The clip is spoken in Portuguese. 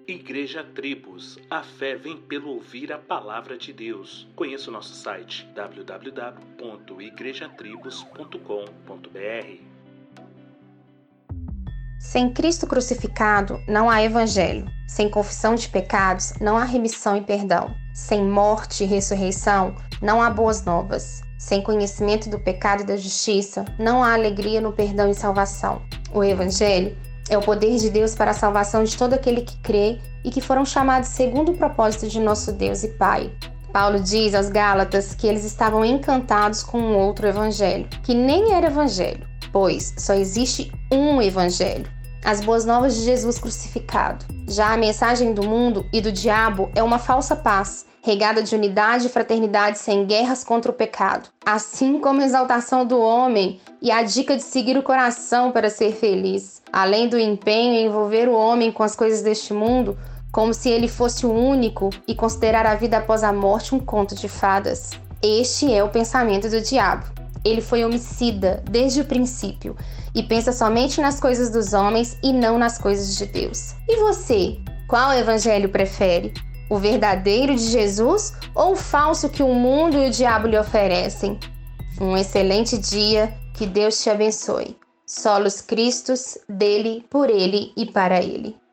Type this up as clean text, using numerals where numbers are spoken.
Igreja Tribos, a fé vem pelo ouvir a palavra de Deus. Conheça o nosso site www.igrejatribos.com.br. Sem Cristo crucificado, não há evangelho. Sem confissão de pecados, não há remissão e perdão. Sem morte e ressurreição, não há boas novas. Sem conhecimento do pecado e da justiça, não há alegria no perdão e salvação. O evangelho é o poder de Deus para a salvação de todo aquele que crê e que foram chamados segundo o propósito de nosso Deus e Pai. Paulo diz aos Gálatas que eles estavam encantados com um outro evangelho, que nem era evangelho, pois só existe um evangelho, as boas novas de Jesus crucificado. Já a mensagem do mundo e do diabo é uma falsa paz, regada de unidade e fraternidade sem guerras contra o pecado, assim como a exaltação do homem e a dica de seguir o coração para ser feliz, além do empenho em envolver o homem com as coisas deste mundo, como se ele fosse o único e considerar a vida após a morte um conto de fadas. Este é o pensamento do diabo. Ele foi homicida desde o princípio e pensa somente nas coisas dos homens e não nas coisas de Deus. E você, qual evangelho prefere? O verdadeiro de Jesus ou o falso que o mundo e o diabo lhe oferecem? Um excelente dia, que Deus te abençoe. Solos Christus, dele, por ele e para ele.